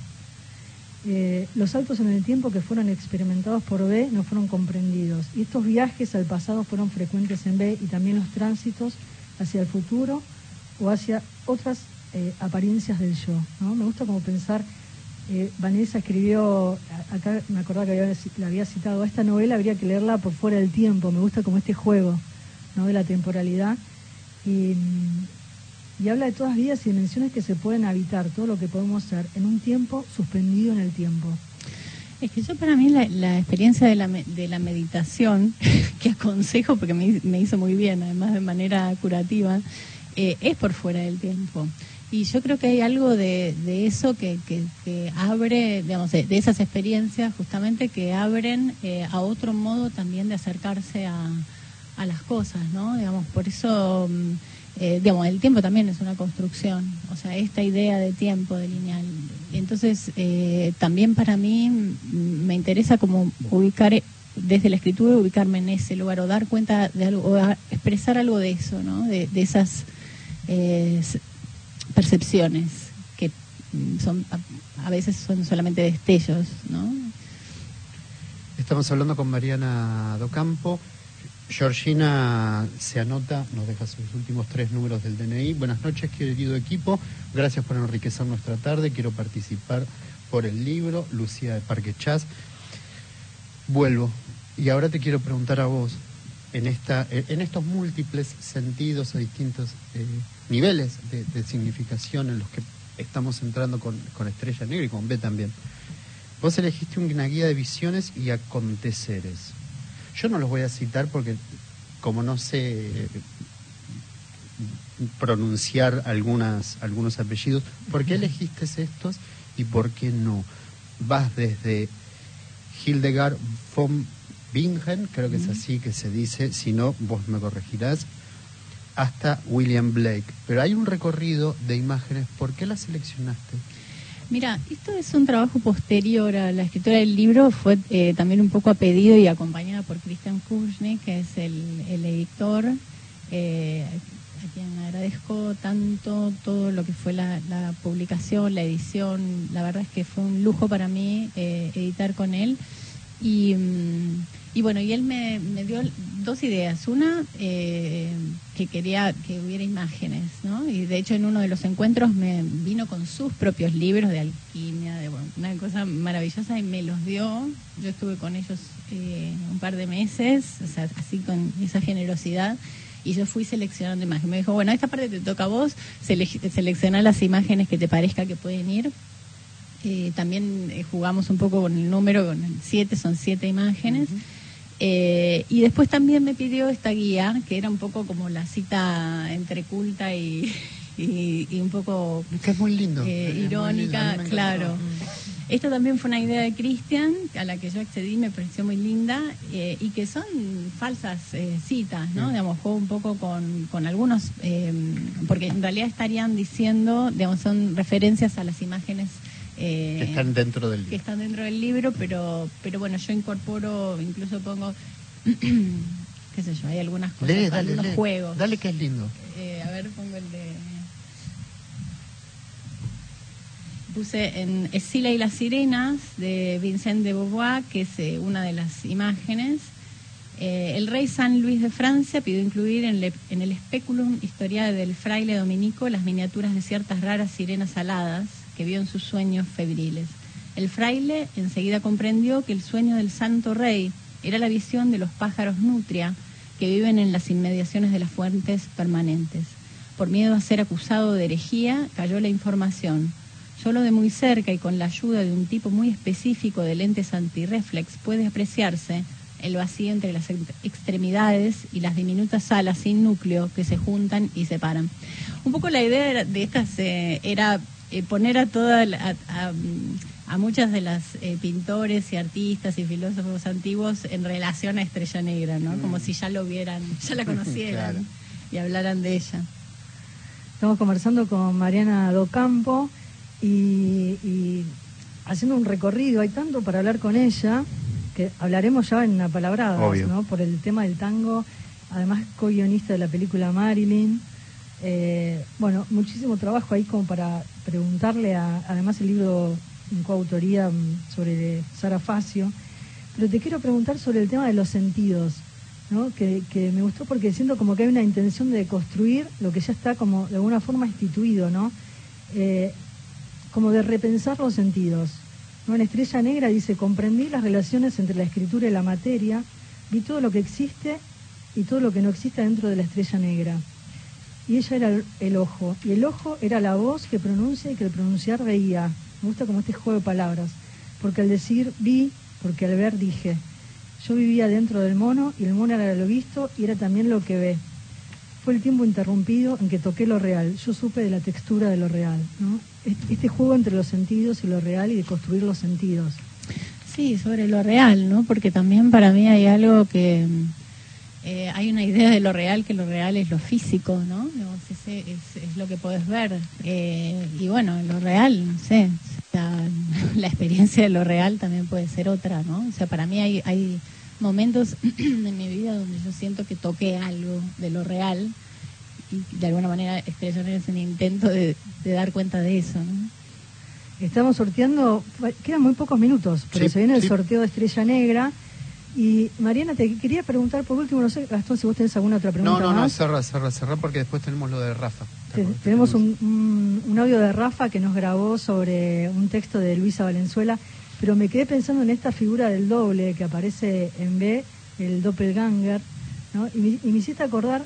Los saltos en el tiempo que fueron experimentados por B no fueron comprendidos. Y estos viajes al pasado fueron frecuentes en B y también los tránsitos hacia el futuro o hacia otras apariencias del yo, ¿no? Me gusta como pensar, Vanessa escribió, acá me acordaba que la había citado, esta novela habría que leerla por fuera del tiempo, me gusta como este juego, ¿no?, de la temporalidad, y habla de todas vidas y dimensiones que se pueden habitar, todo lo que podemos ser, en un tiempo suspendido en el tiempo. Es que yo, para mí, la experiencia de la meditación, que aconsejo porque me hizo muy bien, además de manera curativa, es por fuera del tiempo. Y yo creo que hay algo de eso que abre, digamos, de esas experiencias justamente que abren a otro modo también de acercarse a las cosas, ¿no? Digamos, por eso, digamos, el tiempo también es una construcción, o sea, esta idea de tiempo, de lineal. Entonces, también para mí me interesa como ubicar, desde la escritura, ubicarme en ese lugar, o dar cuenta de algo, o expresar algo de eso, ¿no? De esas percepciones que son a veces son solamente destellos, ¿no? Estamos hablando con Mariana Docampo. Georgina se anota, nos deja sus últimos 3 números del DNI. Buenas noches, querido equipo. Gracias por enriquecer nuestra tarde. Quiero participar por el libro. Lucía de Parque Chas. Vuelvo. Y ahora te quiero preguntar a vos, en estos múltiples sentidos o distintos niveles de significación en los que estamos entrando con Estrella Negra y con B también. Vos elegiste una guía de visiones y aconteceres. Yo no los voy a citar porque, como no sé pronunciar algunos apellidos, ¿por qué elegiste estos y por qué no? Vas desde Hildegard von Bingen, creo que es así que se dice, si no, vos me corregirás, hasta William Blake. Pero hay un recorrido de imágenes. ¿Por qué las seleccionaste? Mira, esto es un trabajo posterior a la escritura del libro, fue también un poco a pedido y acompañada por Christian Kuschnick, que es el editor, a quien agradezco tanto todo lo que fue la publicación, la edición. La verdad es que fue un lujo para mí editar con él. Y bueno, y él me dio 2 ideas. Una, que quería que hubiera imágenes, ¿no? Y de hecho en uno de los encuentros me vino con sus propios libros de alquimia, de una cosa maravillosa, y me los dio. Yo estuve con ellos un par de meses, o sea, así con esa generosidad, y yo fui seleccionando imágenes. Me dijo, bueno, esta parte te toca a vos, selecciona las imágenes que te parezca que pueden ir. También jugamos un poco con el número, con el 7, son 7 imágenes. Y después también me pidió esta guía, que era un poco como la cita entre culta y un poco que es muy lindo, irónica, muy lindo, claro. Esto también fue una idea de Christian, a la que yo accedí, me pareció muy linda, y que son falsas citas, ¿no? Digamos, juego un poco con algunos, porque en realidad estarían diciendo, digamos, son referencias a las imágenes que están dentro del libro. Que están dentro del libro, pero bueno, yo incorporo, incluso pongo, qué sé yo, hay algunas cosas, algunos juegos. Dale, que es lindo. A ver, pongo el de... Puse en Escila y las sirenas, de Vincent de Beauvoir, que es una de las imágenes. El rey San Luis de Francia pidió incluir en el Speculum Historiae del fraile dominico las miniaturas de ciertas raras sirenas aladas que vio en sus sueños febriles. El fraile enseguida comprendió que el sueño del santo rey era la visión de los pájaros nutria que viven en las inmediaciones de las fuentes permanentes. Por miedo a ser acusado de herejía, cayó la información. Solo de muy cerca y con la ayuda de un tipo muy específico de lentes antirreflex puede apreciarse el vacío entre las extremidades y las diminutas alas sin núcleo que se juntan y separan. Un poco la idea de estas era poner a muchas de las pintores y artistas y filósofos antiguos en relación a Estrella Negra, ¿no? Como si ya lo vieran, ya la conocieran, claro, y hablaran de ella. Estamos conversando con Mariana Docampo, y haciendo un recorrido, hay tanto para hablar con ella, que hablaremos ya en Apalabradas, Obvio. ¿no? Por el tema del tango, además co-guionista de la película Marilyn. Bueno, muchísimo trabajo ahí como para preguntarle, además el libro en coautoría sobre Sara Facio. Pero te quiero preguntar sobre el tema de los sentidos, ¿no? Que me gustó porque siento como que hay una intención de construir lo que ya está como de alguna forma instituido, ¿no? Como de repensar los sentidos, ¿no? En Estrella Negra dice: comprendí las relaciones entre la escritura y la materia, vi todo lo que existe y todo lo que no existe dentro de la estrella negra. Y ella era el ojo, y el ojo era la voz que pronuncia y que al pronunciar veía. Me gusta como este juego de palabras, porque al decir vi, porque al ver dije. Yo vivía dentro del mono y el mono era lo visto y era también lo que ve. Fue el tiempo interrumpido en que toqué lo real. Yo supe de la textura de lo real, ¿no? Este juego entre los sentidos y lo real y de construir los sentidos. Sí, sobre lo real, ¿no? Porque también para mí hay algo que... hay una idea de lo real, que lo real es lo físico, ¿no? Digamos, ese es lo que podés ver. Y bueno, lo real, no sé, la experiencia de lo real también puede ser otra, ¿no? O sea, para mí hay momentos en mi vida donde yo siento que toqué algo de lo real y de alguna manera Estrella Negra es un intento de dar cuenta de eso, ¿no? Estamos sorteando, quedan muy pocos minutos, pero Sí, se viene el sí. sorteo de Estrella Negra. Y Mariana, te quería preguntar por último, no sé, Gastón, si vos tenés alguna otra pregunta No, más. cerra, porque después tenemos lo de Rafa. Tenemos un audio de Rafa que nos grabó sobre un texto de Luisa Valenzuela, pero me quedé pensando en esta figura del doble que aparece en B, el doppelganger, ¿no? Y me hiciste acordar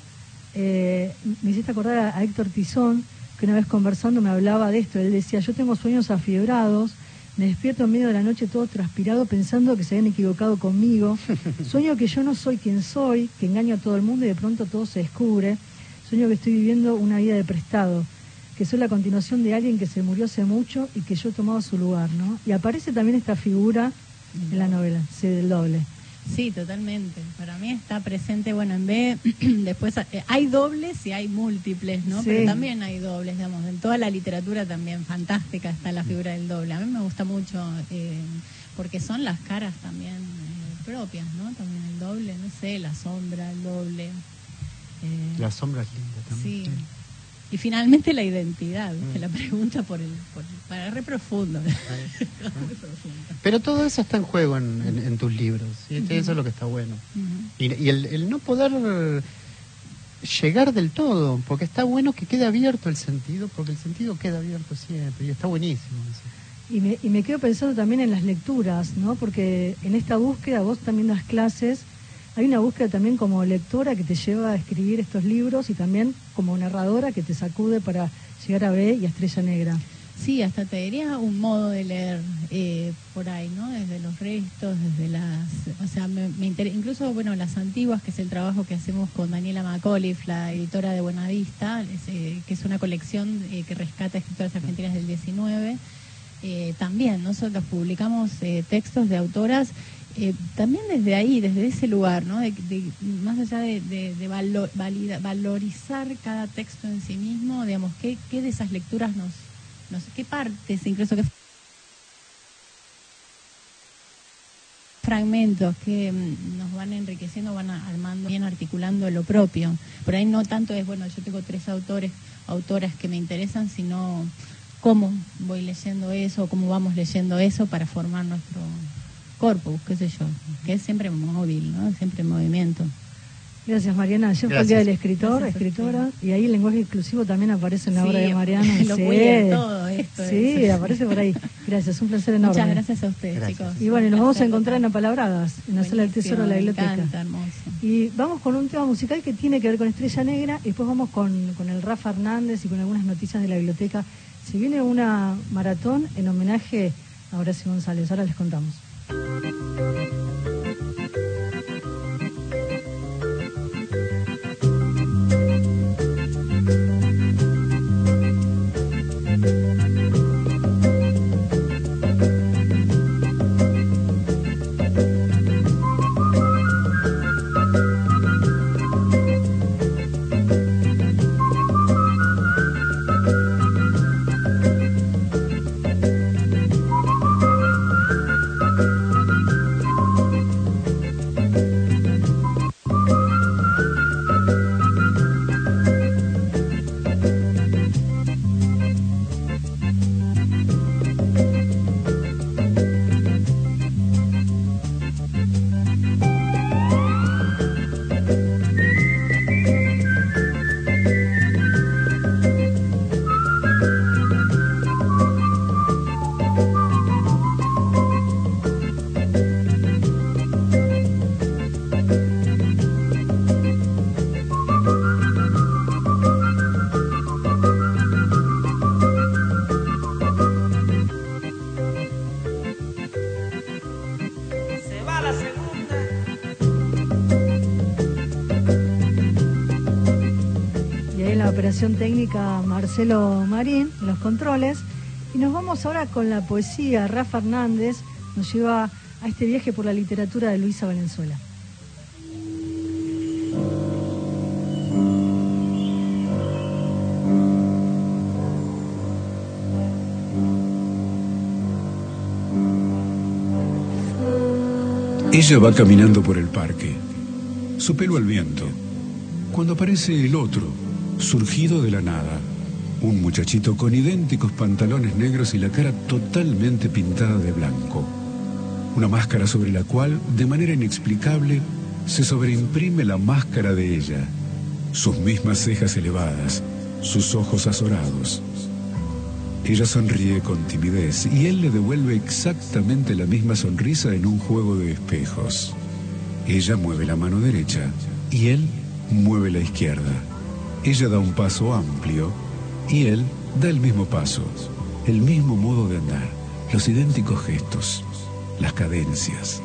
a Héctor Tizón, que una vez conversando me hablaba de esto. Él decía: yo tengo sueños afiebrados, me despierto en medio de la noche todo transpirado pensando que se habían equivocado conmigo. Sueño que yo no soy quien soy, que engaño a todo el mundo y de pronto todo se descubre. Sueño que estoy viviendo una vida de prestado, que soy la continuación de alguien que se murió hace mucho y que yo he tomado su lugar, ¿no? Y aparece también esta figura en la novela, sí, del doble. Sí, totalmente. Para mí está presente, bueno, en B, después hay dobles y hay múltiples, ¿no? Sí. Pero también hay dobles, digamos, en toda la literatura también fantástica está la figura del doble. A mí me gusta mucho porque son las caras también propias, ¿no? También el doble, no sé, la sombra, el doble. La sombra es linda también. Sí. Y finalmente la identidad, que la pregunta para re profundo. Pero todo eso está en juego en tus libros, ¿sí? Eso es lo que está bueno. Y el no poder llegar del todo, porque está bueno que quede abierto el sentido, porque el sentido queda abierto siempre, y está buenísimo eso. Y me quedo pensando también en las lecturas, ¿no? Porque en esta búsqueda, vos también das clases, hay una búsqueda también como lectora que te lleva a escribir estos libros y también como narradora que te sacude para llegar a B y a Estrella Negra. Sí, hasta te diría un modo de leer por ahí, ¿no? Desde los restos, desde las... O sea, me interesa, incluso, bueno, las antiguas, que es el trabajo que hacemos con Daniela McAuliffe, la editora de Buenavista, que es una colección que rescata escritoras argentinas del 19. También nosotros publicamos textos de autoras también desde ahí, desde ese lugar, ¿no? Más allá de valorizar cada texto en sí mismo, digamos, qué de esas lecturas no sé qué partes, incluso qué fragmentos que nos van enriqueciendo, van armando, bien articulando lo propio. Por ahí no tanto es, bueno, yo tengo 3 autoras que me interesan, sino cómo voy leyendo eso, cómo vamos leyendo eso para formar nuestro corpus, qué sé yo, que es siempre móvil, ¿no? Siempre en movimiento. Gracias, Mariana. Ayer fue el Día del Escritor, escritora, y ahí el lenguaje inclusivo también aparece en la obra de Mariana. Lo sí, cuida todo esto. Sí, aparece por ahí. Gracias, un placer enorme. Muchas gracias a ustedes, Gracias. chicos. Y bueno, nos vamos a encontrar en Apalabradas, en la Sala del Tesoro de la Buenísimo, Biblioteca. me encanta, hermoso. Y vamos con un tema musical que tiene que ver con Estrella Negra, y después vamos con el Rafa Hernández y con algunas noticias de la biblioteca. Se viene una maratón en homenaje a Horacio González, ahora les contamos. la segunda. Y ahí en la operación técnica Marcelo Marín, en los controles. Y nos vamos ahora con la poesía. Rafa Hernández nos lleva a este viaje por la literatura de Luisa Valenzuela. Ella va caminando por el parque, su pelo al viento, cuando aparece el otro, surgido de la nada, un muchachito con idénticos pantalones negros y la cara totalmente pintada de blanco. Una máscara sobre la cual, de manera inexplicable, se sobreimprime la máscara de ella, sus mismas cejas elevadas, sus ojos azorados. Ella sonríe con timidez y él le devuelve exactamente la misma sonrisa en un juego de espejos. Ella mueve la mano derecha y él mueve la izquierda. Ella da un paso amplio y él da el mismo paso, el mismo modo de andar, los idénticos gestos, las cadencias.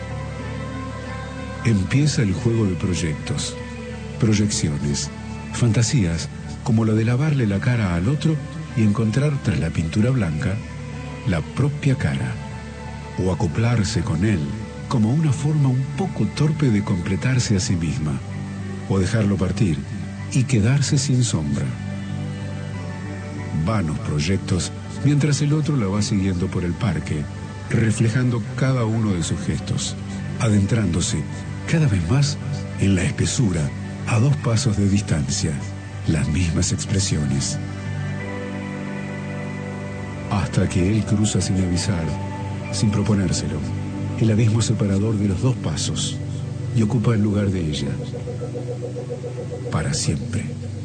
Empieza el juego de proyectos, proyecciones, fantasías como la de lavarle la cara al otro y encontrar tras la pintura blanca la propia cara, o acoplarse con él como una forma un poco torpe de completarse a sí misma, o dejarlo partir y quedarse sin sombra. Vanos proyectos mientras el otro la va siguiendo por el parque, reflejando cada uno de sus gestos, adentrándose cada vez más en la espesura a 2 pasos de distancia, las mismas expresiones. Hasta que él cruza sin avisar, sin proponérselo, el abismo separador de los 2 pasos y ocupa el lugar de ella, para siempre.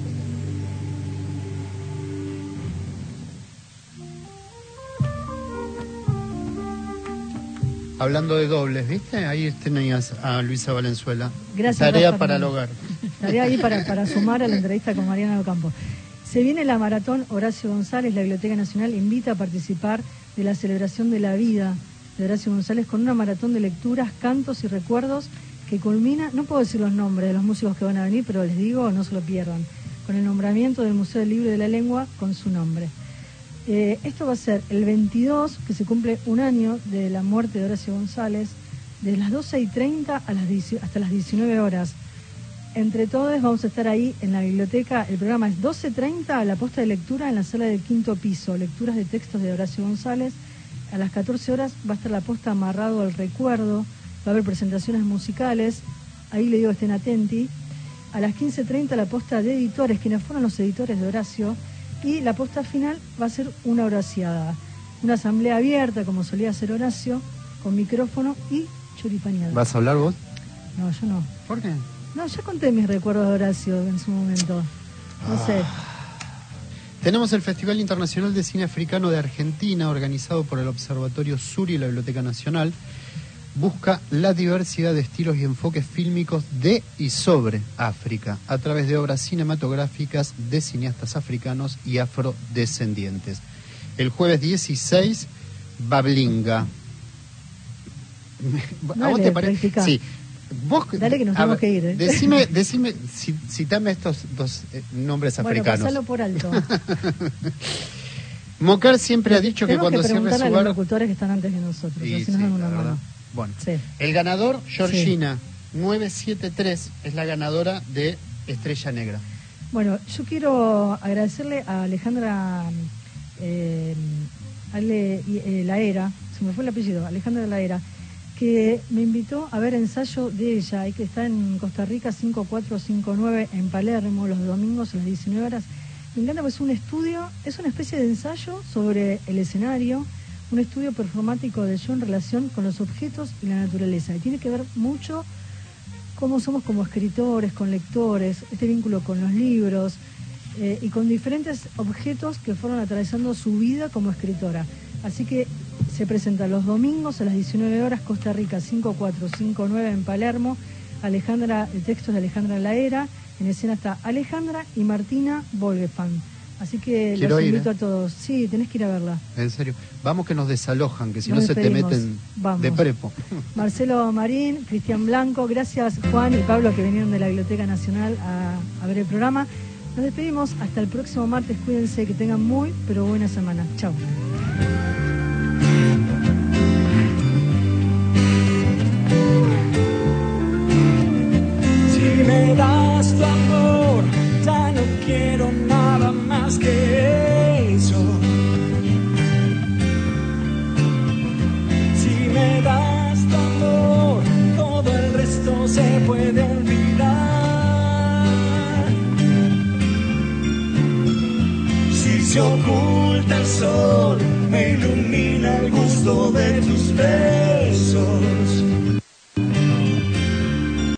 Hablando de dobles, ¿viste? Ahí tenías a Luisa Valenzuela. Gracias, Tarea Rafa, para el hogar. Tarea ahí para sumar a la entrevista con Mariana Ocampo. Se viene la maratón Horacio González. La Biblioteca Nacional invita a participar de la celebración de la vida de Horacio González con una maratón de lecturas, cantos y recuerdos que culmina, no puedo decir los nombres de los músicos que van a venir, pero les digo, no se lo pierdan, con el nombramiento del Museo del Libro y de la Lengua con su nombre. Esto va a ser el 22, que se cumple un año de la muerte de Horacio González, de las 12:30 hasta las 19 horas. Entre todos vamos a estar ahí en la biblioteca. El programa es 12:30, la posta de lectura en la sala del 5º piso, lecturas de textos de Horacio González. A las 14 horas va a estar la posta amarrado al recuerdo, va a haber presentaciones musicales, ahí le digo estén atenti. A las 15:30 la posta de editores, quienes fueron los editores de Horacio, y la posta final va a ser una horaciada, una asamblea abierta como solía hacer Horacio, con micrófono y choripaneada. ¿Vas a hablar vos? No, yo no. ¿Por qué? No, ya conté mis recuerdos de Horacio en su momento. No sé. Tenemos el Festival Internacional de Cine Africano de Argentina, organizado por el Observatorio Sur y la Biblioteca Nacional. Busca la diversidad de estilos y enfoques fílmicos de y sobre África, a través de obras cinematográficas de cineastas africanos y afrodescendientes. El jueves 16, Bablinga. ¿A vos te parece? Practica. Sí. Vos, Dale que nos tenemos que ir. Decime, citame estos 2 nombres africanos. Bueno, pasalo por alto. Mocar siempre ha dicho que cuando cierre su a los bar... locutores que están antes que nosotros, Sí, así sí, nos dan la una verdad. mano. Bueno, Sí. el ganador, Georgina, 973, es la ganadora de Estrella Negra. Bueno, yo quiero agradecerle a Alejandra Laera, se me fue el apellido, Alejandra Laera, que me invitó a ver ensayo de ella, y que está en Costa Rica 5459 en Palermo, los domingos a las 19 horas. Me encanta porque es un estudio, es una especie de ensayo sobre el escenario, un estudio performático de yo en relación con los objetos y la naturaleza. Y tiene que ver mucho cómo somos como escritores, con lectores, este vínculo con los libros y con diferentes objetos que fueron atravesando su vida como escritora. Así que se presenta los domingos a las 19 horas, Costa Rica 5459 en Palermo. El texto es de Alejandra Laera, en escena está Alejandra y Martina Volgefan. Así que Quiero los ir, invito a todos. Sí, tenés que ir a verla. En serio. Vamos que nos desalojan, que si Nos no se te despedimos. meten Vamos. de prepo. Marcelo Marín, Cristian Blanco, gracias Juan y Pablo que vinieron de la Biblioteca Nacional a ver el programa. Nos despedimos hasta el próximo martes. Cuídense, que tengan muy, pero buena semana. Chao. Si me das tu amor, ya no quiero nada más que eso. Si me das tu amor, todo el resto se puede olvidar. Si se oculta el sol, me ilumina el gusto de tus besos.